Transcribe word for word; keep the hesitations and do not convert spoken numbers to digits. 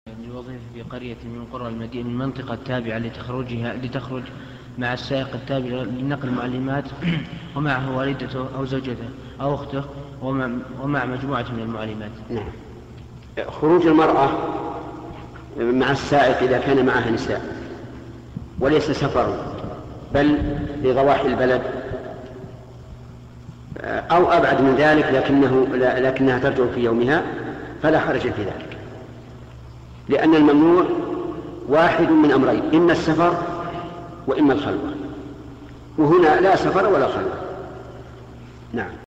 الوظيفة في قرية من قرى المدينة من منطقة التابعة لتخرجها لتخرج مع السائق التابع لنقل المعلمات ومعه والدته أو زوجته أو أخته ومع, ومع مجموعة من المعلمات. نعم. خروج المرأة مع السائق إذا كان معها نساء وليس سفر بل لضواحي البلد أو أبعد من ذلك لكنه لكنها ترجع في يومها فلا حرج في ذلك، لأن الممنوع واحد من أمرين: إما السفر وإما الخلوة، وهنا لا سفر ولا خلوة. نعم.